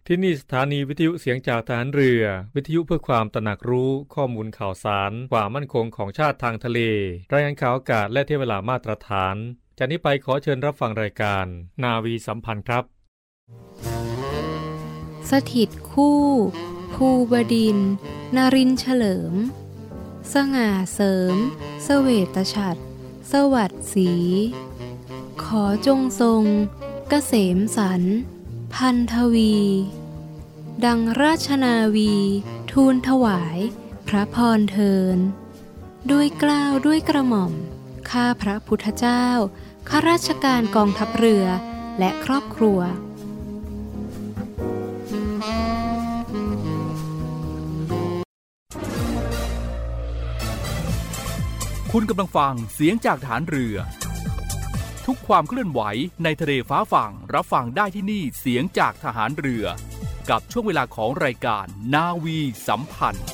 ที่นี่สถานีวิทยุเสียงจากทหารเรือวิทยุเพื่อความตระหนักรู้ข้อมูลข่าวสารความมั่นคงของชาติทางทะเลรายงานข่าวอากาศและเที่ยวเวลามาตรฐานจากนี้ไปขอเชิญรับฟังรายการนาวีสัมพันธ์ครับสถิตคู่ภูบดินทร์นรินทร์เฉลิมสง่าเสริมเสวตฉัตรสวัสดิ์ศรีขอจงทรงเกษมสันต์พันทวีดังราชนาวีทูลถวายพระพรเทินด้วยเกล้าด้วยกระหม่อมข้าพระพุทธเจ้าข้าราชการกองทัพเรือและครอบครัวคุณกำลังฟังเสียงจากฐานเรือทุกความเคลื่อนไหวในทะเลฟ้าฝั่งรับฟังได้ที่นี่เสียงจากทหารเรือกับช่วงเวลาของรายการนาวีสัมพันธ์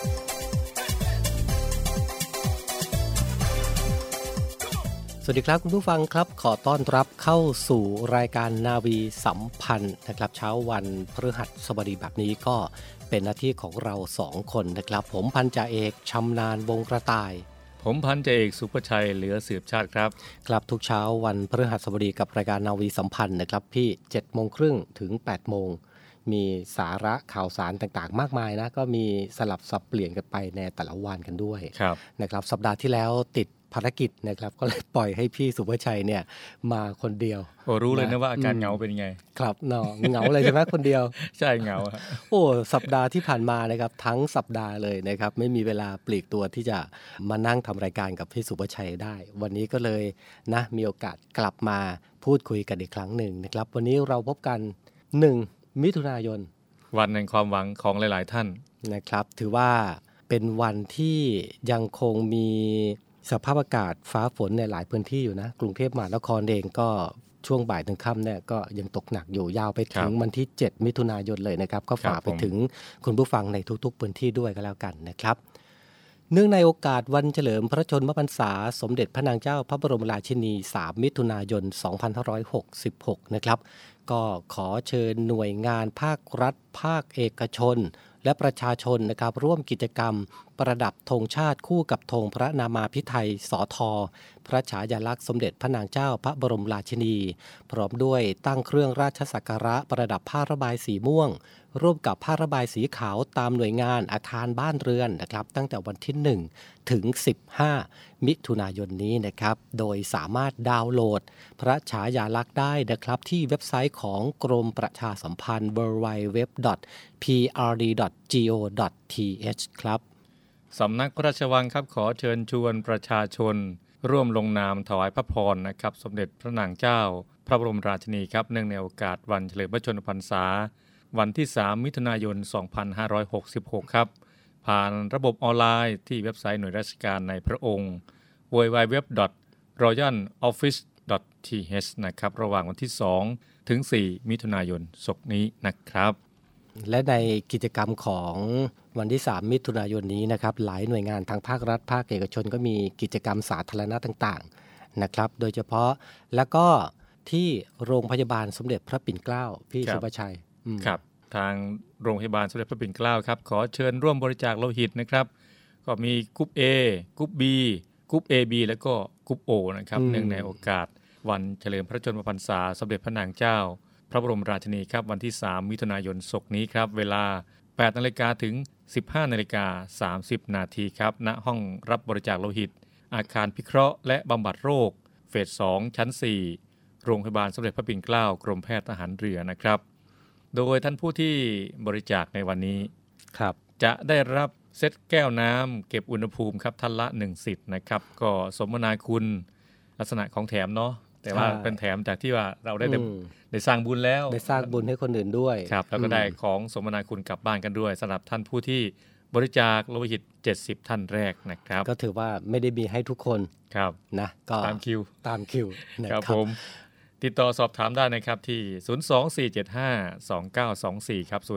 สวัสดีครับคุณผู้ฟังครับขอต้อนรับเข้าสู่รายการนาวีสัมพันธ์นะครับเช้าวันพฤหัสบดีแบบนี้ก็เป็นหน้าที่ของเรา2คนนะครับผมพันจ่าเอกชำนาญวงกระต่ายผมพันจ่าเอกสุภชัยเหลือสืบชาติครับครับทุกเช้าวันพฤหัสบดีกับรายการนาวีสัมพันธ์นะครับพี่ 7:30 ถึง 8 โมงมีสาระข่าวสารต่างๆมากมายนะก็มีสลับสับเปลี่ยนกันไปในแต่ละวันกันด้วยนะครับสัปดาห์ที่แล้วติดภารกิจนะครับก็เลยปล่อยให้พี่สุภชัยเนี่ยมาคนเดียวโอ้รู้เลยนะว่าอาการเหงาเป็นไงครับเนาะเหงาเลยใช่ไหมคนเดียวใช่เหงาโอ้สัปดาห์ที่ผ่านมานะครับทั้งสัปดาห์เลยนะครับไม่มีเวลาปลีกตัวที่จะมานั่งทำรายการกับพี่สุภชัยได้วันนี้ก็เลยนะมีโอกาสกลับมาพูดคุยกันอีกครั้งหนึ่งนะครับวันนี้เราพบกัน1 มิถุนายนวันแห่งความหวังของหลายๆท่านนะครับถือว่าเป็นวันที่ยังคงมีสภาพอากาศฟ้าฝนในหลายพื้นที่อยู่นะกรุงเทพมหานครเองก็ช่วงบ่ายถึงค่ำเนี่ยก็ยังตกหนักอยู่ยาวไปถึงวันที่7 มิถุนายนเลยนะครับก็ฝากไปถึงคุณผู้ฟังในทุกๆพื้นที่ด้วยก็แล้วกันนะครับเนื่องในโอกาสวันเฉลิมพระชนมพรรษาสมเด็จพระนางเจ้าพระบรมราชินี3 มิถุนายน 2566นะครับก็ขอเชิญหน่วยงานภาครัฐภาคเอกชนและประชาชนนะครับร่วมกิจกรรมประดับธงชาติคู่กับธงพระนามาภิไธยสท.พระฉายาลักษณ์สมเด็จพระนางเจ้าพระบรมราชินีพร้อมด้วยตั้งเครื่องราชสักการะประดับผ้าระบายสีม่วงร่วมกับผ้าระบายสีขาวตามหน่วยงานอาคารบ้านเรือนนะครับตั้งแต่วันที่1 ถึง 15 มิถุนายนนี้นะครับโดยสามารถดาวน์โหลดพระฉายาลักษณ์ได้นะครับที่เว็บไซต์ของกรมประชาสัมพันธ์ www.prd.go.th ครับสำนักพระราชวังครับขอเชิญชวนประชาชนร่วมลงนามถวายพระพรนะครับสมเด็จพระนางเจ้าพระบรมราชินีครับเนื่องในโอกาสวันเฉลิมพระชนมพรรษาวันที่3 มิถุนายน 2566 ครับผ่านระบบออนไลน์ที่เว็บไซต์หน่วยราชการในพระองค์ www.royaloffice.th นะครับระหว่างวันที่2 ถึง 4 มิถุนายนศกนี้นะครับและในกิจกรรมของวันที่3 มิถุนายนนี้นะครับหลายหน่วยงานทางภาครัฐภาคเอกชนก็มีกิจกรรมสาธารณะต่างๆนะครับโดยเฉพาะแล้วก็ที่โรงพยาบาลสมเด็จพระปิ่นเกล้าพี่สุภชัยครับทางโรงพยาบาลสมเด็จพระปิ่นเกล้าครับขอเชิญร่วมบริจาคโลหิตนะครับก็มีกรุ๊ป A กรุ๊ป B กรุ๊ป AB แล้วก็กรุ๊ป O นะครับเนื่องในโอกาสวันเฉลิมพระชนมพรรษาสมเด็จพระนางเจ้าพระบรมราชินีครับวันที่3 มิถุนายนศกนี้ครับเวลา 8 นาฬิกาถึง 15 นาฬิกา 30 นาทีครับณห้องรับบริจาคโลหิตอาคารพิเคราะห์และบำบัดโรคเฟส 2 ชั้น 4 โรงพยาบาลสมเด็จพระปิ่นเกล้ากรมแพทย์ทหารเรือนะครับโดยท่านผู้ที่บริจาคในวันนี้ครับจะได้รับเซตแก้วน้ำเก็บอุณหภูมิครับท่านละ1 สิทธิ์นะครับก็สมนาคุณลักษณะของแถมเนาะแต่ว่าเป็นแถมจากที่ว่าเราได้สร้างบุญแล้วได้สร้างบุญให้คนอื่นด้วยครับแล้วก็ได้ของสมนาคุณกลับบ้านกันด้วยสำหรับท่านผู้ที่บริจาคโลหิต70ท่านแรกนะครับก็ถือว่าไม่ได้มีให้ทุกคนครับนะก็ตามคิวนะครับผมติดต่อสอบถามได้นะครับที่024752924ครับ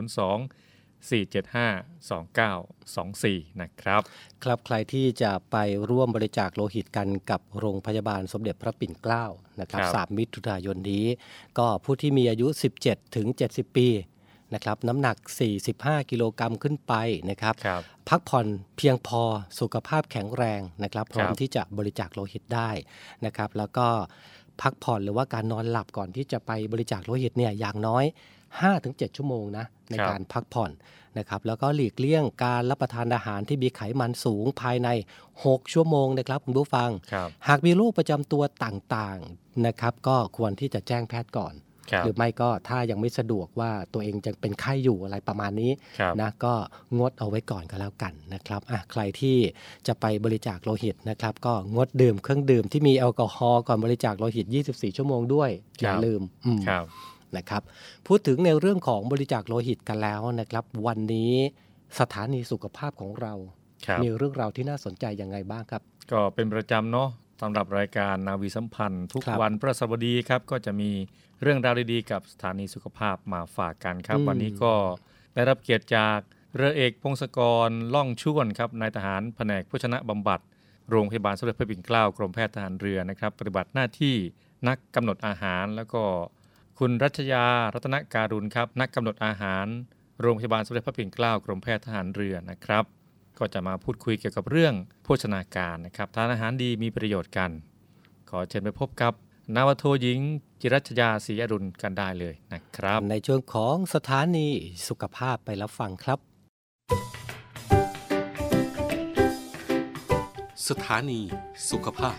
024752924นะครับครับใครที่จะไปร่วมบริจาคโลหิตกันกับโรงพยาบาลสมเด็จพระปิ่นเกล้านะครับ3 มิถุนายนนี้ก็ผู้ที่มีอายุ17 ถึง 70 ปีนะครับน้ำหนัก45กิโลกรัมขึ้นไปนะครับครับพักผ่อนเพียงพอสุขภาพแข็งแรงนะครับพร้อมครับที่จะบริจาคโลหิตได้นะครับแล้วก็พักผ่อนหรือว่าการนอนหลับก่อนที่จะไปบริจาคโลหิตเนี่ยอย่างน้อย 5-7 ชั่วโมงนะในการพักผ่อนนะครับแล้วก็หลีกเลี่ยงการรับประทานอาหารที่มีไขมันสูงภายใน6ชั่วโมงนะครับคุณผู้ฟังครับหากมีโรคประจำตัวต่างๆนะครับก็ควรที่จะแจ้งแพทย์ก่อนครับหรือไม่ก็ถ้ายังไม่สะดวกว่าตัวเองจะเป็นไข้อยู่อะไรประมาณนี้ครับนะก็งดเอาไว้ก่อนก็แล้วกันนะครับใครที่จะไปบริจาคโลหิตนะครับก็งดดื่มเครื่องดื่มที่มีแอลกอฮอล์ก่อนบริจาคโลหิต24ชั่วโมงด้วยอย่าลืมครับนะครับพูดถึงในเรื่องของบริจาคโลหิตกันแล้วนะครับวันนี้สถานีสุขภาพของเราครับมีเรื่องราวที่น่าสนใจยังไงบ้างครับก็เป็นประจำเนาะสำหรับรายการนาวีสัมพันธ์ทุกครับวันพฤหัสบดีครับก็จะมีเรื่องราวดีๆกับสถานีสุขภาพมาฝากกันครับ วันนี้ก็ได้รับเกียรติจากเรือเอกพงศกรล่องช่วนครับนายทหารแผนกโภชนะบำบัดโรงพยาบาลสมเด็จพระปิ่นเกล้ากรมแพทย์ทหารเรือนะครับปฏิบัติหน้าที่นักกำหนดอาหารแล้วก็คุณรัชยารัตนการุณครับนักกำหนดอาหารโรงพยาบาลสมเด็จพระปิ่นเกล้ากรมแพทย์ทหารเรือนะครับก็จะมาพูดคุยเกี่ยวกับเรื่องโภชนาการนะครับทานอาหารดีมีประโยชน์กันขอเชิญไปพบกับนาวาโทหญิงจิรัชยาศรีอรุณกันได้เลยนะครับในช่วงของสถานีสุขภาพไปรับฟังครับสถานีสุขภาพ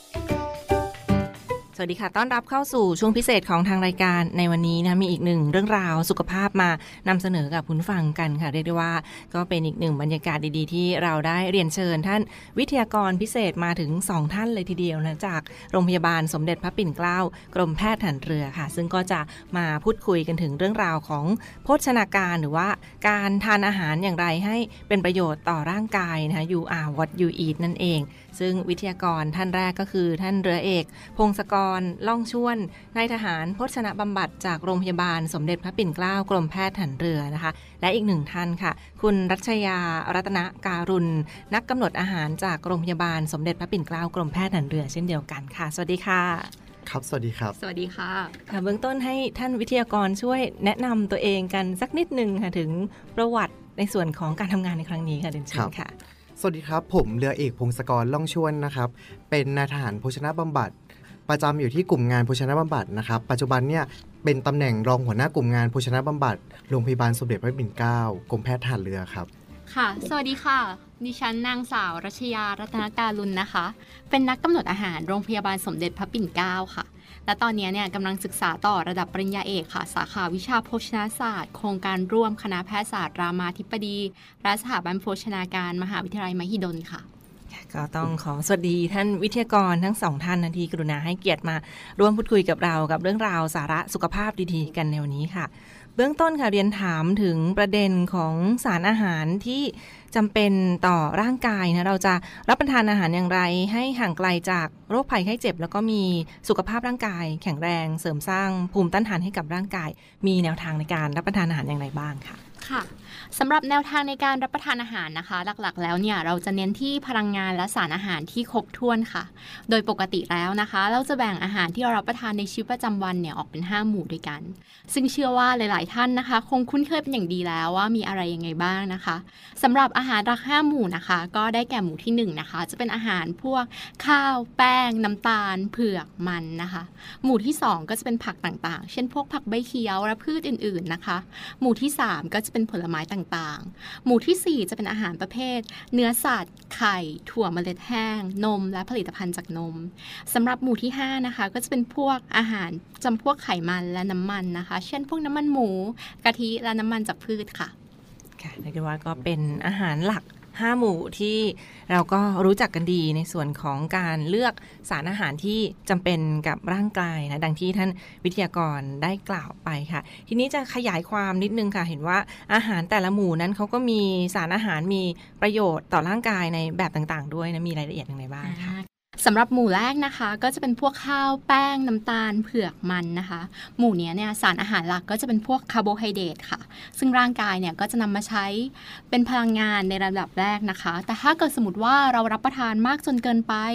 สวัสดีค่ะต้อนรับเข้าสู่ช่วงพิเศษของทางรายการในวันนี้นะมีอีกหนึ่งเรื่องราวสุขภาพมานำเสนอกับคุณฟังกันค่ะเรียกได้ว่าก็เป็นอีกหนึ่งบรรยากาศดีๆที่เราได้เรียนเชิญท่านวิทยากรพิเศษมาถึง2ท่านเลยทีเดียวนะจากโรงพยาบาลสมเด็จพระปิ่นเกล้ากรมแพทย์ทหารเรือค่ะซึ่งก็จะมาพูดคุยกันถึงเรื่องราวของโภชนาการหรือว่าการทานอาหารอย่างไรให้เป็นประโยชน์ต่อร่างกายนะคะ You are what you eat นั่นเองซึ่งวิทยากรท่านแรกก็คือท่านเรือเอกพงศกรล่องช่วนนายทหารโภชนะบำบัดจากโรงพยาบาลสมเด็จพระปิ่นเกล้ากรมแพทย์ทหารเรือนะคะและอีกหนึ่งท่านค่ะคุณรัชยารัตนการุณนักกำหนดอาหารจากโรงพยาบาลสมเด็จพระปิ่นเกล้ากรมแพทย์ทหารเรือเช่นเดียวกันค่ะสวัสดีค่ะครับสวัสดีครับสวัสดีค่ะค่ะเบื้องต้นให้ท่านวิทยากรช่วยแนะนำตัวเองกันสักนิดนึงค่ะถึงประวัติในส่วนของการทำงานในครั้งนี้ค่ะเดนชินค่ะสวัสดีครับผมเรือเอกพงศกรล่องช่วนนะครับเป็นนายทหารโภชนะบำบัดประจำอยู่ที่กลุ่มงานโภชนะบำบัดนะครับปัจจุบันเนี่ยเป็นตำแหน่งรองหัวหน้ากลุ่มงานโภชนะบำบัดโรงพยาบาลสมเด็จพระปิ่นเกล้ากรมแพทย์ทหารเรือครับค่ะสวัสดีค่ะดิฉันนางสาวรัชยารัตนการุณนะคะเป็นนักกำหนดอาหารโรงพยาบาลสมเด็จพระปิ่นเกล้าค่ะและตอนนี้เนี่ยกำลังศึกษาต่อระดับปริญญาเอกค่ะสาขาวิชาโภชนาศาสตร์โครงการร่วมคณะแพทยศาสตร์รามาธิบดีและสถาบันโภชนาการมหาวิทยาลัยมหิดลค่ะก็ต้องขอสวัสดีท่านวิทยากรทั้งสองท่านที่กรุณาให้เกียรติมาร่วมพูดคุยกับเรากับเรื่องราวสาระสุขภาพดีๆกันในวันนี้ค่ะเบื้องต้นค่ะเรียนถามถึงประเด็นของสารอาหารที่จำเป็นต่อร่างกายนะเราจะรับประทานอาหารอย่างไรให้ห่างไกลจากโรคภัยไข้เจ็บแล้วก็มีสุขภาพร่างกายแข็งแรงเสริมสร้างภูมิต้านทานให้กับร่างกายมีแนวทางในการรับประทานอาหารอย่างไรบ้างค่ะค่ะสำหรับแนวทางในการรับประทานอาหารนะคะหลักๆแล้วเนี่ยเราจะเน้นที่พลังงานและสารอาหารที่ครบถ้วนค่ะโดยปกติแล้วนะคะเราจะแบ่งอาหารที่เรารับประทานในชีวิตประจำวันเนี่ยออกเป็น5หมู่ด้วยกันซึ่งเชื่อว่าหลายๆท่านนะคะคงคุ้นเคยเป็นอย่างดีแล้วว่ามีอะไรยังไงบ้างนะคะสำหรับอาหารหลัก5หมู่นะคะก็ได้แก่หมู่ที่1นะคะจะเป็นอาหารพวกข้าวแป้งน้ำตาลเผือกมันนะคะหมู่ที่2ก็จะเป็นผักต่างๆเช่นพวกผักใบเขียวและพืชอื่นๆนะคะหมู่ที่3ก็จะเป็นผลไม้ต่างๆหมู่ที่4จะเป็นอาหารประเภทเนื้อสัตว์ไข่ถั่วเมล็ดแห้งนมและผลิตภัณฑ์จากนมสำหรับหมู่ที่5นะคะก็จะเป็นพวกอาหารจำพวกไขมันและน้ำมันนะคะเช่นพวกน้ำมันหมูกะทิและน้ำมันจากพืชค่ะค่ะเรียกได้ว่าก็เป็นอาหารหลัก5หมู่ที่เราก็รู้จักกันดีในส่วนของการเลือกสารอาหารที่จำเป็นกับร่างกายนะดังที่ท่านวิทยากรได้กล่าวไปค่ะทีนี้จะขยายความนิดนึงค่ะเห็นว่าอาหารแต่ละหมู่นั้นเขาก็มีสารอาหารมีประโยชน์ต่อร่างกายในแบบต่างๆด้วยนะมีรายละเอียดอย่างไรบ้างคะสำหรับหมู่แรกนะคะก็จะเป็นพวกข้าวแป้งน้ำตาลเผือกมันนะคะหมู่นี้เนี่ยสารอาหารหลักก็จะเป็นพวกคาร์โบไฮเดรตค่ะซึ่งร่างกายเนี่ยก็จะนำมาใช้เป็นพลังงานในระดับแรกนะคะแต่ถ้าเกิดสมมติว่าเรารับประทานมากจนเกินไป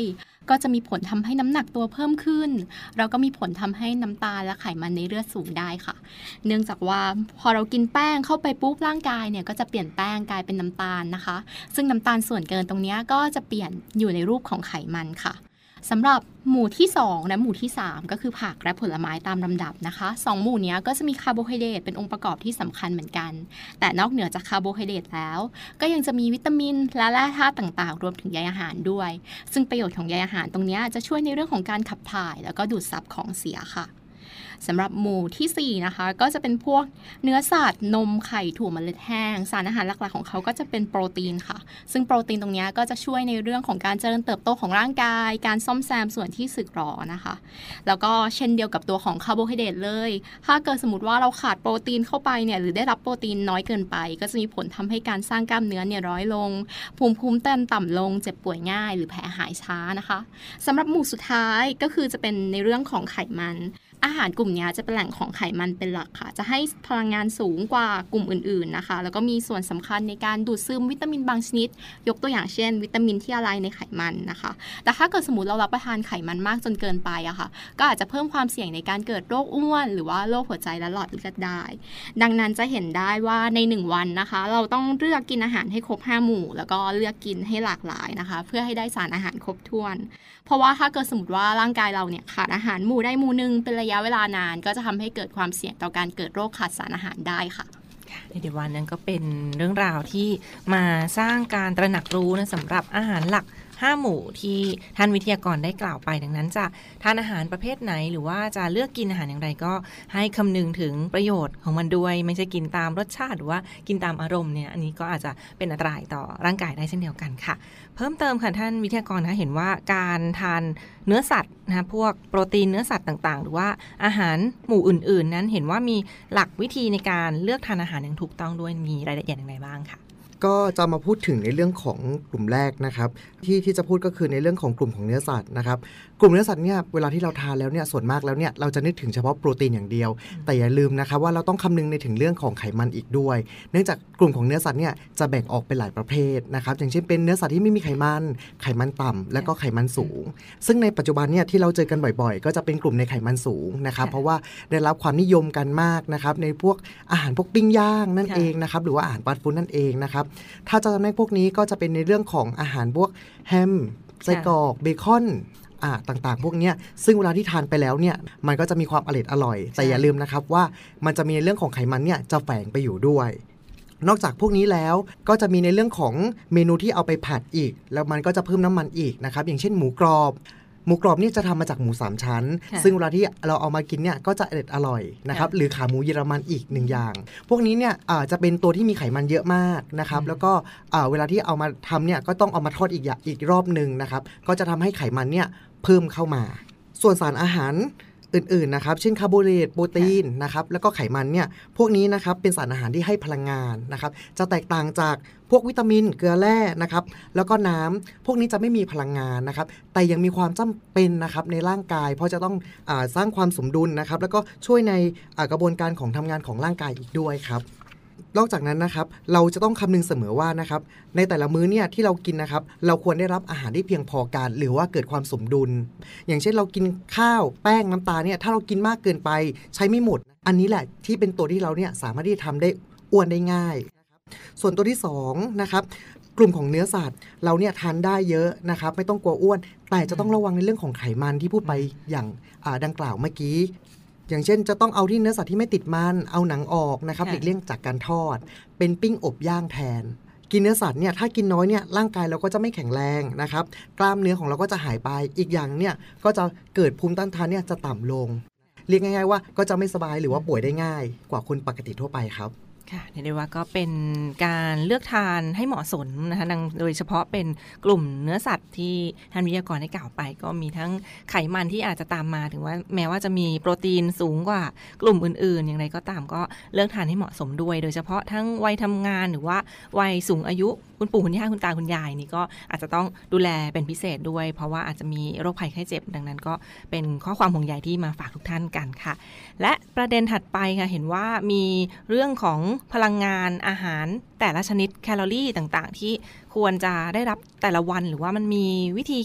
ก็จะมีผลทำให้น้ำหนักตัวเพิ่มขึ้นแล้วก็มีผลทำให้น้ำตาลและไขมันในเลือดสูงได้ค่ะเนื่องจากว่าพอเรากินแป้งเข้าไปปุ๊บร่างกายเนี่ยก็จะเปลี่ยนแป้งกลายเป็นน้ำตาลนะคะซึ่งน้ำตาลส่วนเกินตรงนี้ก็จะเปลี่ยนอยู่ในรูปของไขมันค่ะสำหรับหมู่ที่2และหมู่ที่3ก็คือผักและผลไม้ตามลำดับนะคะ2หมู่นี้ก็จะมีคาร์โบไฮเดรตเป็นองค์ประกอบที่สำคัญเหมือนกันแต่นอกเหนือจากคาร์โบไฮเดรตแล้วก็ยังจะมีวิตามินและแร่ธาตุต่างๆรวมถึงใยอาหารด้วยซึ่งประโยชน์ของใยอาหารตรงนี้จะช่วยในเรื่องของการขับถ่ายแล้วก็ดูดซับของเสียค่ะสำหรับหมู่ที่4นะคะก็จะเป็นพวกเนื้อสัตว์นมไข่ถั่วเมล็ดแห้งสารอาหารหลักๆของเขาก็จะเป็นโปรตีนค่ะซึ่งโปรตีนตรงนี้ก็จะช่วยในเรื่องของการเจริญเติบโตของร่างกายการซ่อมแซมส่วนที่สึกหรอนะคะแล้วก็เช่นเดียวกับตัวของคาร์โบไฮเดรตเลยถ้าเกิดสมมติว่าเราขาดโปรตีนเข้าไปเนี่ยหรือได้รับโปรตีนน้อยเกินไปก็จะมีผลทำให้การสร้างกล้ามเนื้อเนี่ยน้อยลงภูมิคุ้มกันต่ำลงเจ็บป่วยง่ายหรือแผลหายช้านะคะสำหรับหมู่สุดท้ายก็คือจะเป็นในเรื่องของไขมันอาหารกลุ่มนี้จะเป็นแหล่งของไขมันเป็นหลักค่ะจะให้พลังงานสูงกว่ากลุ่มอื่นๆนะคะแล้วก็มีส่วนสำคัญในการดูดซึมวิตามินบางชนิดยกตัวอย่างเช่นวิตามินที่ละลายในไขมันนะคะแต่ถ้าเกิดสมมติเรารับประทานไขมันมากจนเกินไปอะค่ะก็อาจจะเพิ่มความเสี่ยงในการเกิดโรคอ้วนหรือว่าโรคหัวใจและหลอดเลือดได้ดังนั้นจะเห็นได้ว่าใน1วันนะคะเราต้องเลือกกินอาหารให้ครบ5หมู่แล้วก็เลือกกินให้หลากหลายนะคะเพื่อให้ได้สารอาหารครบถ้วนเพราะว่าถ้าเกิดสมมติว่าร่างกายเราเนี่ยขาดอาหารหมู่ใดหมู่นึงเป็นระยะเวลานานก็จะทำให้เกิดความเสี่ยงต่อการเกิดโรคขาดสารอาหารได้ค่ะในเดี๋ยววันนั้นก็เป็นเรื่องราวที่มาสร้างการตระหนักรู้นะสำหรับอาหารหลัก5หมู่ที่ท่านวิทยากรได้กล่าวไปดังนั้นจะทานอาหารประเภทไหนหรือว่าจะเลือกกินอาหารอย่างไรก็ให้คำนึงถึงประโยชน์ของมันด้วยไม่ใช่กินตามรสชาติหรือว่ากินตามอารมณ์เนี่ยอันนี้ก็อาจจะเป็นอันตรายต่อร่างกายได้เช่นเดียวกันค่ะเพิ่มเติมค่ะท่านวิทยากรคะเห็นว่าการทานเนื้อสัตว์นะพวกโปรตีนเนื้อสัตว์ต่างๆหรือว่าอาหารหมู่อื่นๆนั้นเห็นว่ามีหลักวิธีในการเลือกทานอาหารอย่างถูกต้องด้วยมีรายละเอียดอย่างไรบ้างค่ะก็จะมาพูดถึงในเรื่องของกลุ่มแรกนะครับที่จะพูดก็คือในเรื่องของกลุ่มของเนื้อสัตว์นะครับกลุ่มเนื้อสัตว์เนี่ยเวลาที่เราทานแล้วเนี่ยส่วนมากแล้วเนี่ยเราจะนึกถึงเฉพาะโปรตีนอย่างเดียวแต่อย่าลืมนะครับว่าเราต้องคำนึงในถึงเรื่องของไขมันอีกด้วยเนื่องจากกลุ่มของเนื้อสัตว์เนี่ยจะแบ่งออกเป็นหลายประเภทนะครับอย่างเช่นเป็นเนื้อสัตว์ที่ไม่มีไขมันต่ำและก็ไขมันสูงซึ่งในปัจจุบันเนี่ยที่เราเจอกันบ่อยๆก็จะเป็นกลุ่มในไขมันสูงนะครับเพราะว่าได้รับความนิยมกันมากนะครับในพวกอาหารพวกปิ้งย่างนั่นเองนะครับหรือว่าอาหารฟาสต์ฟู้ดนั่นเองนะครับถ้าจะในพวกนี้ก็จะเป็นในเรื่องของอาหารพวกแฮมไส้กรอกเบคอนต่างๆพวกนี้ซึ่งเวลาที่ทานไปแล้วเนี่ยมันก็จะมีความอร่อยแต่อย่าลืมนะครับว่ามันจะมีในเรื่องของไขมันเนี่ยจะแฝงไปอยู่ด้วยนอกจากพวกนี้แล้วก็จะมีในเรื่องของเมนูที่เอาไปผัดอีกแล้วมันก็จะเพิ่มน้ำมันอีกนะครับอย่างเช่นหมูกรอบนี่จะทำมาจากหมู3ชั้นซึ่งเวลาที่เราเอามากินเนี่ยก็จะอร่อยนะครับหรือขาหมูเยอรมันอีก1อย่างพวกนี้เนี่ยจะเป็นตัวที่มีไขมันเยอะมากนะครับแล้วก็เวลาที่เอามาทำเนี่ยก็ต้องเอามาทอดอีกรอบนึงนะครับก็จะทำให้ไขมันเนี่ยเพิ่มเข้ามาส่วนสารอาหารอื่นๆนะครับเช่นคาร์โบไฮเดรตโปรตีนนะครับแล้วก็ไขมันเนี่ยพวกนี้นะครับเป็นสารอาหารที่ให้พลังงานนะครับจะแตกต่างจากพวกวิตามินเกลือแร่นะครับแล้วก็น้ำพวกนี้จะไม่มีพลังงานนะครับแต่ยังมีความจำเป็นนะครับในร่างกายเพราะจะต้องสร้างความสมดุลนะครับแล้วก็ช่วยในกระบวนการของทำงานของร่างกายอีกด้วยครับนอกจากนั้นนะครับเราจะต้องคำนึงเสมอว่านะครับในแต่ละมื้อเนี่ยที่เรากินนะครับเราควรได้รับอาหารที่เพียงพอกันหรือว่าเกิดความสมดุลอย่างเช่นเรากินข้าวแป้งน้ำตาลเนี่ยถ้าเรากินมากเกินไปใช้ไม่หมดอันนี้แหละที่เป็นตัวที่เราเนี่ยสามารถที่จะทำได้อ้วนได้ง่ายส่วนตัวที่2นะครับกลุ่มของเนื้อสัตว์เราเนี่ยทานได้เยอะนะครับไม่ต้องกลัวอ้วนแต่จะต้องระวังในเรื่องของไขมันที่พูดไปอย่างดังกล่าวเมื่อกี้อย่างเช่นจะต้องเอาที่เนื้อสัตว์ที่ไม่ติดมันเอาหนังออกนะครับหลีกเลี่ยงจากการทอดเป็นปิ้งอบย่างแทนกินเนื้อสัตว์เนี่ยถ้ากินน้อยเนี่ยร่างกายเราก็จะไม่แข็งแรงนะครับกล้ามเนื้อของเราก็จะหายไปอีกอย่างเนี่ยก็จะเกิดภูมิต้านทานเนี่ยจะต่ำลงเรียกง่ายๆว่าก็จะไม่สบายหรือว่าป่วยได้ง่ายกว่าคนปกติทั่วไปครับค่ะเรียกได้ว่าก็เป็นการเลือกทานให้เหมาะสมนะคะโดยเฉพาะเป็นกลุ่มเนื้อสัตว์ที่ท่านวิทยากรได้กล่าวไปก็มีทั้งไขมันที่อาจจะตามมาถึงว่าแม้ว่าจะมีโปรตีนสูงกว่ากลุ่มอื่นๆอย่างไรก็ตามก็เลือกทานให้เหมาะสมด้วยโดยเฉพาะทั้งวัยทำงานหรือว่าวัยสูงอายุคุณปู่คุณย่าคุณตาคุณยายนี่ก็อาจจะต้องดูแลเป็นพิเศษด้วยเพราะว่าอาจจะมีโรคภัยไข้เจ็บดังนั้นก็เป็นข้อความห่วงใยที่มาฝากทุกท่านกันค่ะและประเด็นถัดไปค่ะเห็นว่ามีเรื่องของพลังงานอาหารแต่ละชนิดแคลอรี่ต่างๆที่ควรจะได้รับแต่ละวันหรือว่ามันมีวิธีคิด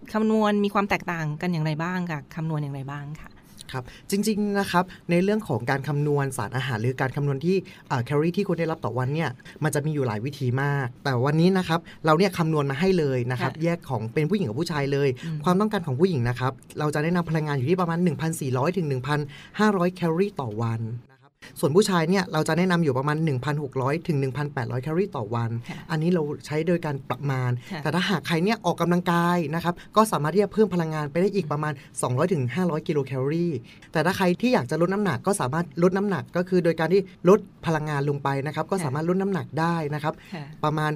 คำนวณมีความแตกต่างกันอย่างไรบ้างค่ะคำนวณอย่างไรบ้างค่ะครับจริงๆนะครับในเรื่องของการคำนวณสารอาหารหรือการคำนวณที่แคลอรี่ที่คุณได้รับต่อวันเนี่ยมันจะมีอยู่หลายวิธีมากแต่วันนี้นะครับเราเนี่ยคำนวณมาให้เลยนะครับแยกของเป็นผู้หญิงกับผู้ชายเลยความต้องการของผู้หญิงนะครับเราจะแนะนำพลังงานอยู่ที่ประมาณ 1,400 ถึง 1,500 แคลอรี่ต่อวันส่วนผู้ชายเนี่ยเราจะแนะนำอยู่ประมาณ 1,600 ถึง 1,800 แคลอรี่ต่อวันอันนี้เราใช้โดยการประมาณแต่ถ้าหากใครเนี่ยออกกำลังกายนะครับก็สามารถที่จะเพิ่มพลังงานไปได้อีกประมาณ 200 ถึง 500 กิโลแคลอรี่แต่ถ้าใครที่อยากจะลดน้ำหนักก็สามารถลดน้ำหนักก็คือโดยการที่ลดพลังงานลงไปนะครับก็สามารถลดน้ำหนักได้นะครับประมาณ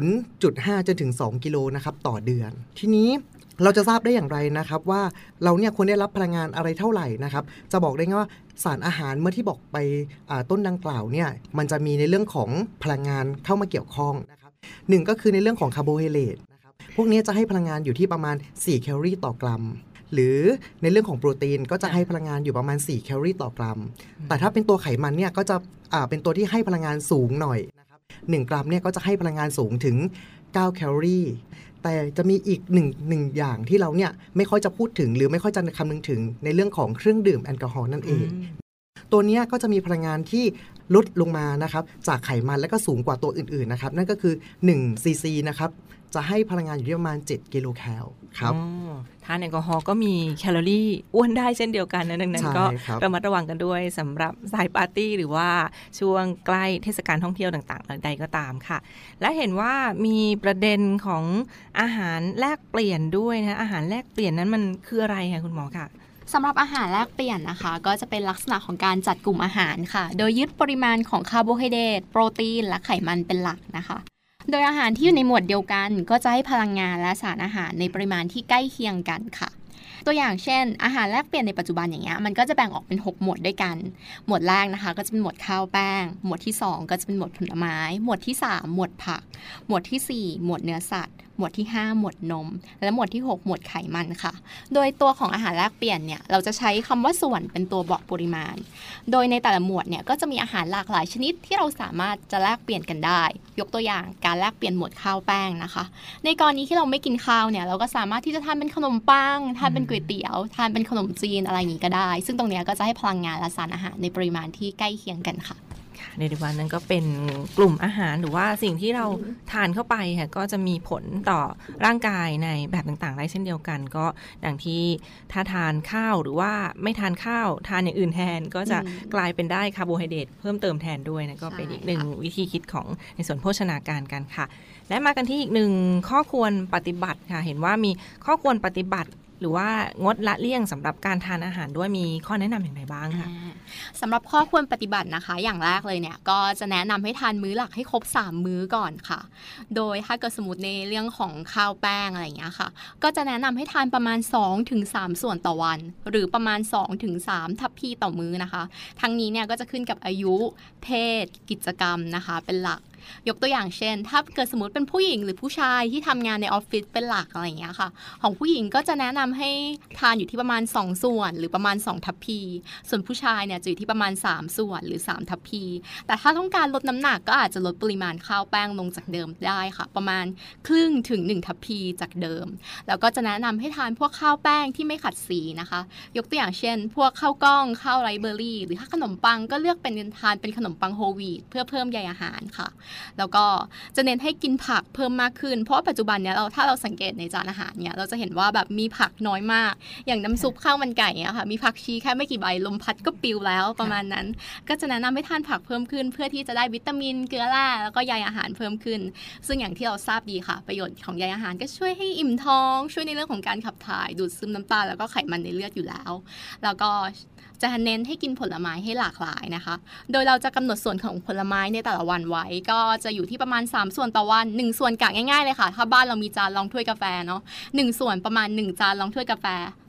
0.5 จนถึง 2 กิโลนะครับต่อเดือนทีนี้เราจะทราบได้อย่างไรนะครับว่าเราเนี่ยควรได้รับพลังงานอะไรเท่าไหร่นะครับจะบอกได้ว่าสารอาหารเมื่อที่บอกไปต้นดังกล่าวเนี่ยมันจะมีในเรื่องของพลังงานเข้ามาเกี่ยวข้องนะครับหนึ่งก็คือในเรื่องของคาร์โบไฮเดรตนะครับพวกนี้จะให้พลังงานอยู่ที่ประมาณ4แคลอรี่ต่อกรัมหรือในเรื่องของโปรตีนก็จะให้พลังงานอยู่ประมาณ4แคลอรี่ต่อกรัมแต่ถ้าเป็นตัวไขมันเนี่ยก็จะเป็นตัวที่ให้พลังงานสูงหน่อยนะครับ1กรัมเนี่ยก็จะให้พลังงานสูงถึง9แคลอรี่แต่จะมีอีกหนึ่งอย่างที่เราเนี่ยไม่ค่อยจะพูดถึงหรือไม่ค่อยจะคำนึงถึงในเรื่องของเครื่องดื่มแอลกอฮอล์นั่นเองตัวนี้ก็จะมีพลังงานที่ลดลงมานะครับจากไขมันและก็สูงกว่าตัวอื่นๆนะครับนั่นก็คือ1ซีซีนะครับจะให้พลังงานอยู่ที่ประมาณ7กิโลแคลครับทานแอลกอฮอล์ก็มีแคลอรี่อ้วนได้เช่นเดียวกันนะดังนั้นก็ระมัดระวังกันด้วยสำหรับสายปาร์ตี้หรือว่าช่วงใกล้เทศกาลท่องเที่ยวต่างๆใดก็ตามค่ะและเห็นว่ามีประเด็นของอาหารแลกเปลี่ยนด้วยนะอาหารแลกเปลี่ยนนั้นมันคืออะไรคะคุณหมอค่ะสำหรับอาหารแลกเปลี่ยนนะคะก็จะเป็นลักษณะของการจัดกลุ่มอาหารค่ะโดยยึดปริมาณของคาร์โบไฮเดรตโปรตีนและไขมันเป็นหลักนะคะโดยอาหารที่อยู่ในหมวดเดียวกันก็จะให้พลังงานและสารอาหารในปริมาณที่ใกล้เคียงกันค่ะตัวอย่างเช่นอาหารแลกเปลี่ยนในปัจจุบันอย่างเงี้ยมันก็จะแบ่งออกเป็น6หมวดด้วยกันหมวดแรกนะคะก็จะเป็นหมวดข้าวแป้งหมวดที่2ก็จะเป็นหมวดผลไม้หมวดที่3หมวดผักหมวดที่4หมวดเนื้อสัตว์หมวดที่5หมวดนมและหมวดที่6หมวดไขมันค่ะโดยตัวของอาหารแลกเปลี่ยนเนี่ยเราจะใช้คำว่าส่วนเป็นตัวบอกปริมาณโดยในแต่ละหมวดเนี่ยก็จะมีอาหารหลากหลายชนิดที่เราสามารถจะแลกเปลี่ยนกันได้ยกตัวอย่างการแลกเปลี่ยนหมวดข้าวแป้งนะคะในกรณีที่เราไม่กินข้าวเนี่ยเราก็สามารถที่จะทานเป็นขนมปังทานเป็นก๋วยเตี๋ยวทานเป็นขนมจีนอะไรอย่างนี้ก็ได้ซึ่งตรงนี้ก็จะให้พลังงานและสารอาหารในปริมาณที่ใกล้เคียงกันค่ะในวันนั้นก็เป็นกลุ่มอาหารหรือว่าสิ่งที่เราทานเข้าไปค่ะก็จะมีผลต่อร่างกายในแบบต่างๆได้เช่นเดียวกันก็ดังที่ถ้าทานข้าวหรือว่าไม่ทานข้าวทานอย่างอื่นแทนก็จะกลายเป็นได้คาร์โบไฮเดรตเพิ่มเติมแทนด้วยนะก็เป็นอีกหนึ่งวิธีคิดของในส่วนโภชนาการกันค่ะและมากันที่อีกหนึ่งข้อควรปฏิบัติค่ะเห็นว่ามีข้อควรปฏิบัติหรือว่างดละเลี่ยงสำหรับการทานอาหารด้วยมีข้อแนะนำอย่างไรบ้างคะสำหรับข้อควรปฏิบัตินะคะอย่างแรกเลยเนี่ยก็จะแนะนำให้ทานมื้อหลักให้ครบ3มื้อก่อนค่ะโดยถ้าเกิดสมมติในเรื่องของข้าวแป้งอะไรอย่างเงี้ยค่ะก็จะแนะนำให้ทานประมาณ 2-3 ส่วนต่อวันหรือประมาณ 2-3 ทัพพีต่อมื้อนะคะทั้งนี้เนี่ยก็จะขึ้นกับอายุเพศกิจกรรมนะคะเป็นหลักยกตัวอย่างเช่นถ้าเกิดสมมติเป็นผู้หญิงหรือผู้ชายที่ทำงานในออฟฟิศเป็นหลักอะไรอย่างเงี้ยค่ะของผู้หญิงก็จะแนะนำให้ทานอยู่ที่ประมาณ2ส่วนหรือประมาณ2ทัพพีส่วนผู้ชายเนี่ยจะอยู่ที่ประมาณ3ส่วนหรือ3ทัพพีแต่ถ้าต้องการลดน้ำหนักก็อาจจะลดปริมาณข้าวแป้งลงจากเดิมได้ค่ะประมาณครึ่งถึง1ทัพพีจากเดิมแล้วก็จะแนะนำให้ทานพวกข้าวแป้งที่ไม่ขัดสีนะคะยกตัวอย่างเช่นพวกข้าวกล้องข้าวไรซ์เบอร์รี่หรือถ้าขนมปังก็เลือกเป็นทานเป็นขนมปังโฮลวีตเพื่อเพิ่มใยอาหารค่ะแล้วก็จะเน้นให้กินผักเพิ่มมากขึ้นเพราะปัจจุบันเนี้ยถ้าเราสังเกตในจานอาหารเนี่ยเราจะเห็นว่าแบบมีผักน้อยมากอย่างน้ำซุปข้าวมันไก่เนี่ยค่ะมีผักชีแค่ไม่กี่ใบลมพัดก็ปลิวแล้วประมาณนั้นก็จะแนะนำให้ทานผักเพิ่มขึ้นเพื่อที่จะได้วิตามินเกลือแร่แล้วก็ใยอาหารเพิ่มขึ้นซึ่งอย่างที่เราทราบดีค่ะประโยชน์ของใยอาหารก็ช่วยให้อิ่มท้องช่วยในเรื่องของการขับถ่ายดูดซึมน้ำตาลแล้วก็ไขมันในเลือดอยู่แล้วแล้วก็จะเน้นให้กินผลไม้ให้หลากหลายนะคะโดยเราจะกำหนดส่วนของผลไม้ในแต่ละวันไว้ก็จะอยู่ที่ประมาณ3ส่วนต่อวัน1ส่วนกะง่ายๆเลยค่ะถ้าบ้านเรามีจานรองถ้วยกาแฟเนาะ1ส่วนประมาณ1จานรองถ้วยกาแฟ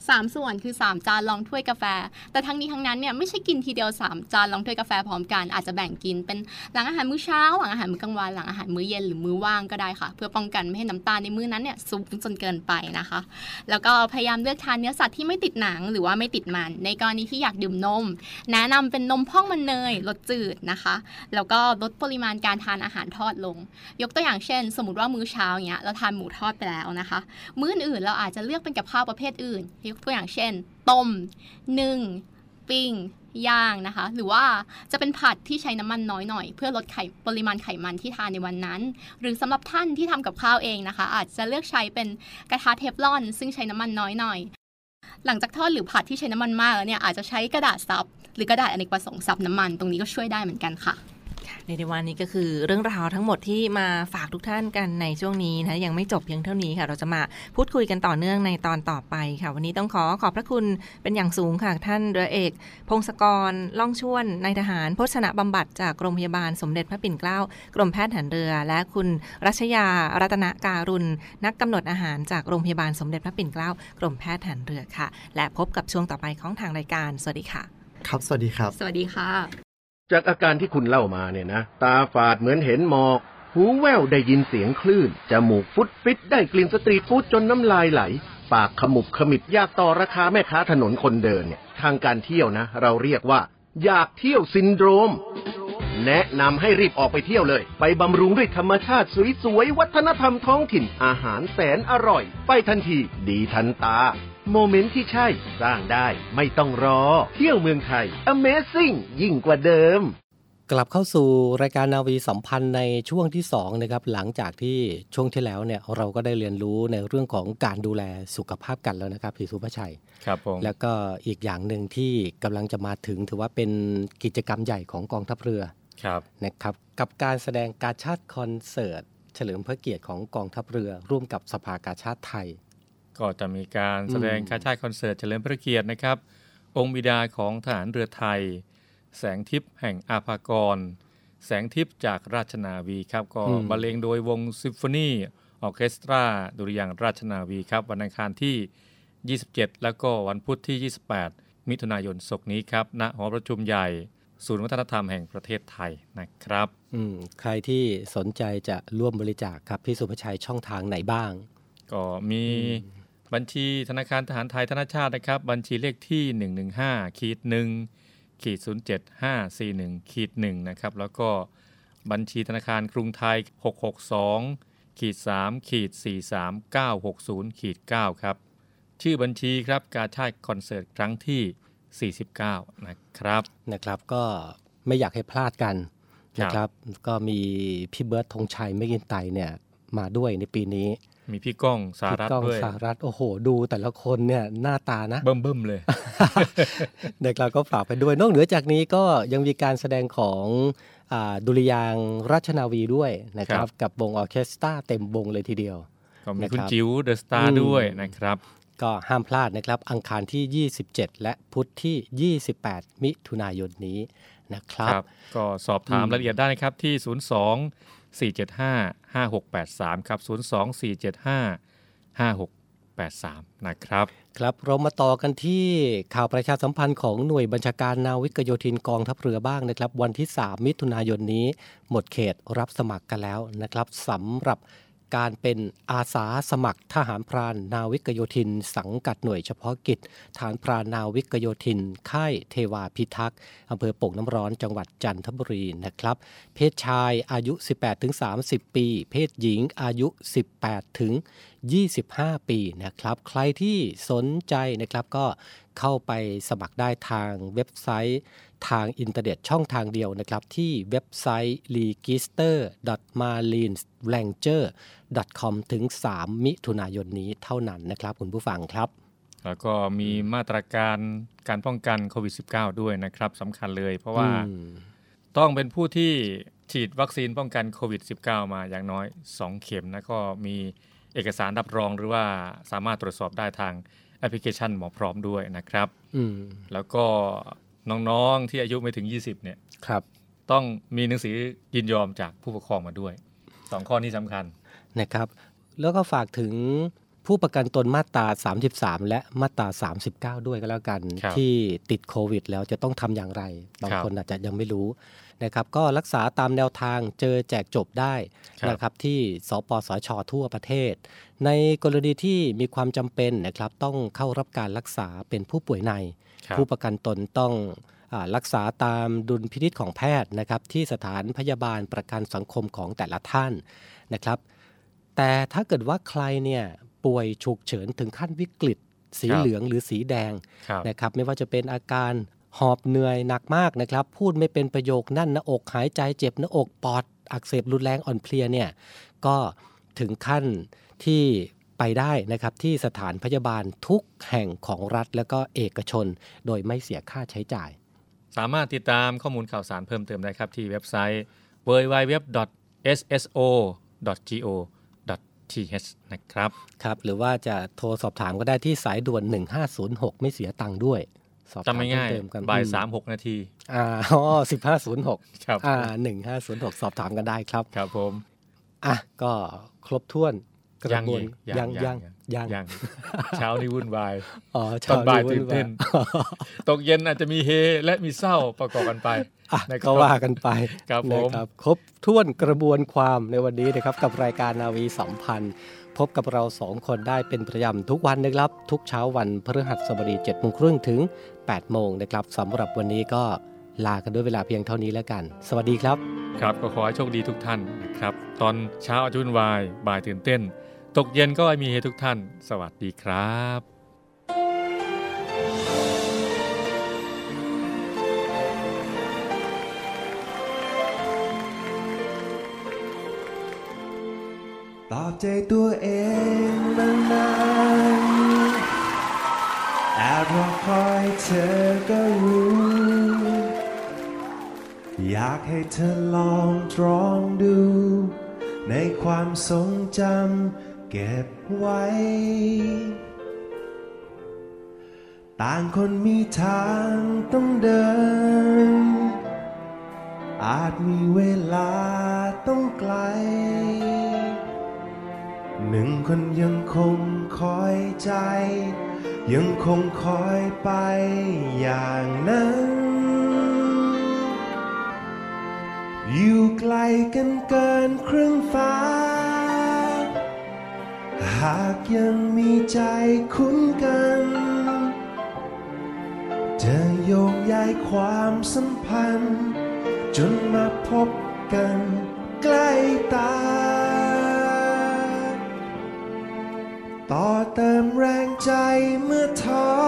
3 ส่วนคือ3จานรองถ้วยกาแฟแต่ทั้งนี้ทั้งนั้นเนี่ยไม่ใช่กินทีเดียว3จานรองถ้วยกาแฟพร้อมกันอาจจะแบ่งกินเป็นหลังอาหารมื้อเช้าหลังอาหารมื้อกลางวันหลังอาหารมื้อเย็นหรือมื้อว่างก็ได้ค่ะเพื่อป้องกันไม่ให้น้ำตาลในมื้อนั้นเนี่ยสูงจนเกินไปนะคะแล้วก็พยายามเลือกทานเนื้อสัตว์ที่ไม่ติดหนังหรือว่าไม่ติดมันในกรณีที่อยากดื่มนมแนะนำเป็นนมพองมันเนยรสจืดนะคะแล้วก็ลดปริมาณการทานอาหารทอดลงยกตัวอย่างเช่นสมมติว่ามื้อเช้าเนี้ยเราทานหมูทอดไปแล้วนะคะมื้ออื่นเราอาจจะเลือกเป็นกับข้าวประเภทอื่นยกตัวอย่างเช่นต้มนึ่งปิ้งย่างนะคะหรือว่าจะเป็นผัดที่ใช้น้ำมันน้อยหน่อยเพื่อลดปริมาณไขมันที่ทานในวันนั้นหรือสำหรับท่านที่ทำกับข้าวเองนะคะอาจจะเลือกใช้เป็นกระทะเทฟลอนซึ่งใช้น้ำมันน้อยหน่อยหลังจากทอดหรือผัดที่ใช้น้ำมันมากแล้วเนี่ยอาจจะใช้กระดาษซับหรือกระดาษอเนกประสงค์ซับน้ำมันตรงนี้ก็ช่วยได้เหมือนกันค่ะในวันนี้ก็คือเรื่องราวทั้งหมดที่มาฝากทุกท่านกันในช่วงนี้นะยังไม่จบเพียงเท่านี้ค่ะเราจะมาพูดคุยกันต่อเนื่องในตอนต่อไปค่ะวันนี้ต้องขอบพระคุณเป็นอย่างสูงค่ะท่านเรือเอกพงศกรล่องชวนนายทหารโภชนะบำบัดจากโรงพยาบาลสมเด็จพระปิ่นเกล้ากรมแพทย์ทหารเรือและคุณรัชยารัตนการุณนักกำหนดอาหารจากโรงพยาบาลสมเด็จพระปิ่นเกล้ากรมแพทย์ทหารเรือค่ะและพบกับช่วงต่อไปของทางรายการสวัสดีค่ะครับสวัสดีครับสวัสดีค่ะจากอาการที่คุณเล่ามาเนี่ยนะตาฝาดเหมือนเห็นหมอกหูแว่วได้ยินเสียงคลื่นจมูกฟุดฟิตได้กลิ่นสตรีทฟู้ดจนน้ำลายไหลปากขมุบขมิบอยากต่อราคาแม่ค้าถนนคนเดินเนี่ยทางการเที่ยวนะเราเรียกว่าอยากเที่ยวซินโดรมแนะนำให้รีบออกไปเที่ยวเลยไปบำรุงด้วยธรรมชาติสวยๆวัฒนธรรมท้องถิ่นอาหารแสนอร่อยไปทันทีดีทันตาโมเมนต์ที่ใช่สร้างได้ไม่ต้องรอเที่ยวเมืองไทย Amazing ยิ่งกว่าเดิมกลับเข้าสู่รายการนาวีสัมพันธ์ในช่วงที่2นะครับหลังจากที่ช่วงที่แล้วเนี่ยเราก็ได้เรียนรู้ในเรื่องของการดูแลสุขภาพกันแล้วนะครับพี่สุภชัยครับผมแล้วก็อีกอย่างหนึ่งที่กำลังจะมาถึงถือว่าเป็นกิจกรรมใหญ่ของกองทัพเรือนะครับกับการแสดงกาชาดคอนเสิร์ตเฉลิมพระเกียรติของกองทัพเรือร่วมกับสภากาชาดไทยก็จะมีการแสดงกาชาดคอนเสิร์ตเฉลิมพระเกียรตินะครับองค์บิดาของทหารเรือไทยแสงทิพย์แห่งอาภากรแสงทิพย์จากราชนาวีครับก็บรรเลงโดยวงซิมโฟนีออร์เคสตราดุริยางค์ราชนาวีครับวันอังคารที่27แล้วก็วันพุธที่28มิถุนายนศกนี้ครับณหอประชุมใหญ่ศูนย์วัฒนธรรมแห่งประเทศไทยนะครับใครที่สนใจจะร่วมบริจาคครับพี่สุภชัยช่องทางไหนบ้างก็มีบัญชีธนาคารทหารไทยธนชาตินะครับบัญชีเลขที่115-1-75541-1นะครับแล้วก็บัญชีธนาคารกรุงไทย662-3-43960-9ชื่อบัญชีครับกาชาดคอนเสิร์ตครั้งที่49นะครับก็ไม่อยากให้พลาดกันนะครับก็มีพี่เบิร์ดธงชัยเมกินไตเนี่ยมาด้วยในปีนี้มีพี่ก้องสารัตน์ด้วยสารัตน์โอ้โหดูแต่ละคนเนี่ยหน้าตานะเบิ่มๆเลยเด็กเราก็ฝากไปด้วยนอกเหนือจากนี้ก็ยังมีการแสดงของดุริยางค์ราชนาวีด้วยนะครับกับวงออร์เคสตราเต็มวงเลยทีเดียวก็มีคุณจิ๋วเดอะสตาร์ด้วยนะครับก็ห้ามพลาดนะครับอังคารที่27และพุธที่28มิถุนายนนี้นะครับก็สอบถามรายละเอียดได้นะครับที่02-475-5683ครับ02-475-5683นะครับครับเรามาต่อกันที่ข่าวประชาสัมพันธ์ของหน่วยบัญชาการนาวิกโยธินกองทัพเรือบ้างนะครับวันที่3มิถุนายนนี้หมดเขตรับสมัครกันแล้วนะครับสำหรับการเป็นอาสาสมัครทหารพรานนาวิกโยธินสังกัดหน่วยเฉพาะกิจฐานพรานนาวิกโยธินค่ายเทวาพิทักษ์อำเภอโป่งน้ำร้อนจังหวัดจันทบุรีนะครับเพศชายอายุ 18-30 ปีเพศหญิงอายุ 18-25 ปีนะครับใครที่สนใจนะครับก็เข้าไปสมัครได้ทางเว็บไซต์ทางอินเทอร์เน็ตช่องทางเดียวนะครับที่เว็บไซต์ register.marineranger.com ถึง3มิถุนายนนี้เท่านั้นนะครับคุณผู้ฟังครับแล้วก็มีมาตรการการป้องกันโควิด -19 ด้วยนะครับสำคัญเลยเพราะว่าต้องเป็นผู้ที่ฉีดวัคซีนป้องกันโควิด -19 มาอย่างน้อย2เข็มนะก็มีเอกสารรับรองหรือว่าสามารถตรวจสอบได้ทางแอปพลิเคชันหมอพร้อมด้วยนะครับแล้วก็น้องๆที่อายุไม่ถึง20เนี่ยต้องมีหนังสือยินยอมจากผู้ปกครองมาด้วย2ข้อนี้สำคัญนะครับแล้วก็ฝากถึงผู้ประกันตนมาตรา33และมาตรา39ด้วยก็แล้วกันที่ติดโควิดแล้วจะต้องทำอย่างไรบางคนอาจจะยังไม่รู้นะครับก็รักษาตามแนวทางเจอแจกจบได้นะครับที่สปสช.ทั่วประเทศในกรณีที่มีความจำเป็นนะครับต้องเข้ารับการรักษาเป็นผู้ป่วยในผู้ประกันตนต้องรักษาตามดุลพินิจของแพทย์นะครับที่สถานพยาบาลประกันสังคมของแต่ละท่านนะครับแต่ถ้าเกิดว่าใครเนี่ยป่วยฉุกเฉินถึงขั้นวิกฤตสีเหลืองหรือสีแดงนะครับไม่ว่าจะเป็นอาการหอบเหนื่อยหนักมากนะครับพูดไม่เป็นประโยคแน่นหน้าอกหายใจเจ็บหน้าอกปอดอักเสบรุนแรงอ่อนเพลียเนี่ยก็ถึงขั้นที่ไปได้นะครับที่สถานพยาบาลทุกแห่งของรัฐและก็เอกชนโดยไม่เสียค่าใช้จ่ายสามารถติดตามข้อมูลข่าวสารเพิ่มเติมได้ครับที่เว็บไซต์ www.sso.go.th นะครับครับหรือว่าจะโทรสอบถามก็ได้ที่สายด่วน1506ไม่เสียตังค์ด้วยจำง่ายๆบ่าย 3-6 นาที 1506 ครับ 1506สอบถามกันได้ครับครับผมก็ครบถ้วนกระบวนยังเช้านี้วุ่นวายตอนบ่ายตื่นเต้นตกเย็นอาจจะมีเฮและมีเศร้าประกอบกันไปก็ว่ากันไปนะครับครบถ้วนกระบวนความในวันนี้นะครับกับรายการนาวีสัมพันธ์พบกับเรา2คนได้เป็นประจำทุกวันนะครับทุกเช้าวันพฤหัสบดี 7:30 นถึง 8:00 นนะครับสำหรับวันนี้ก็ลากันด้วยเวลาเพียงเท่านี้แล้วกันสวัสดีครับครับก็ขอให้โชคดีทุกท่านนะครับตอนเช้าอาจจะวุ่นวายบ่ายตื่นเต้นตกเย็นก็มีเฮทุกท่านสวัสดีครับตอบใจตัวเองมานานแอบรอคอยเธอก็รู้อยากให้เธอลองตรองดูในความทรงจำเก็บไว้ต่างคนมีทางต้องเดินอาจมีเวลาต้องไกลหนึ่งคนยังคงคอยใจยังคงคอยไปอย่างนั้นอยู่ไกลกันเกินครึ่งฟ้าหากยังมีใจคุ้นกันจะโยงใยความสัมพันธ์จนมาพบกันใกล้ตาต่อเติมแรงใจเมื่อท้อ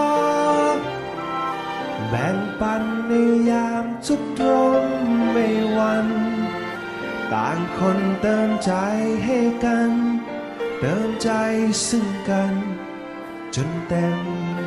แบ่งปันในยามทุกตรมไม่หวั่นต่างคนเติมใจให้กันเติมใจซึ่งกันจนเต็ม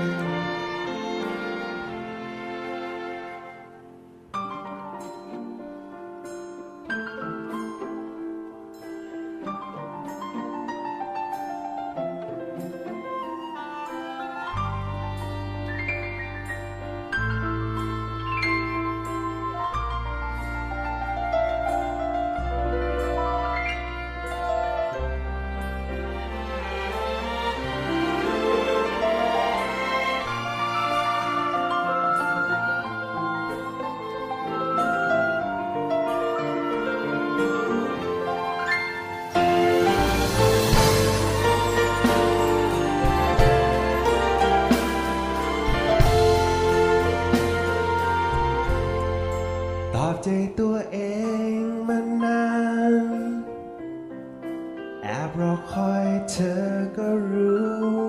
ใจตัวเองมานานแอบรอคอยเธอก็รู้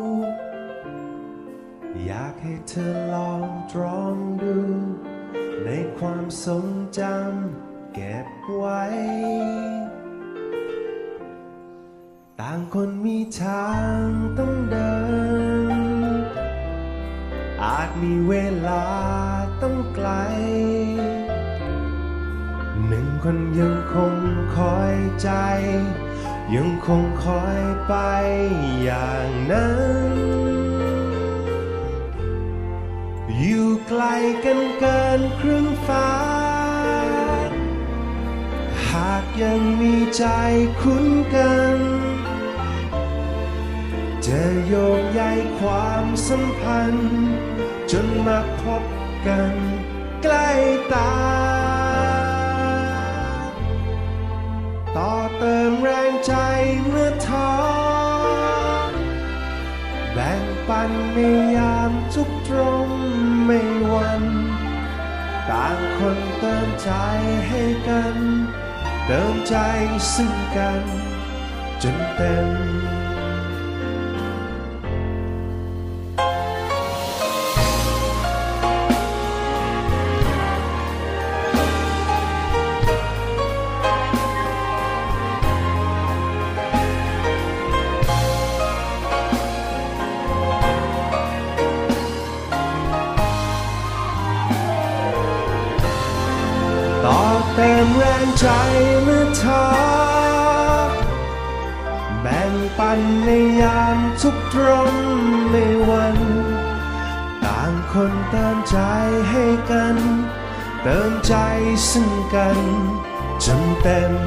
อยากให้เธอลองตรองดูในความทรงจำเก็บไว้ต่างคนมีทางต้องเดินอาจมีเวลาต้องไกลหนึ่งคนยังคงคอยใจยังคงคอยไปอย่างนั้นอยู่ไกลกันเกินครึ่งฟ้าหากยังมีใจคุ้นกันจะโยงใยความสัมพันธ์จนมาพบกันใกล้ตาต่อเติมแรงใจเมื่อท้อแบ่งปันในยามทุกตรงไม่หวั่นต่างคนเติมใจให้กันเติมใจซึ่งกันจนเต็มเติมแรงใจเมื่อท้อแบ่งปันในยามทุกตรงไม่หวั่นต่างคนเติมใจให้กันเติมใจซึ่งกันจนเต็ม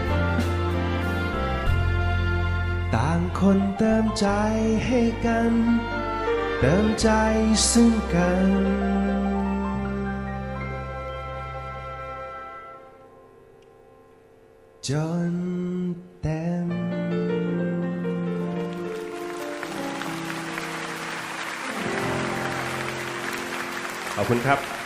ต่างคนเติมใจให้กันเติมใจซึ่งกันจนเต็มขอบคุณครับ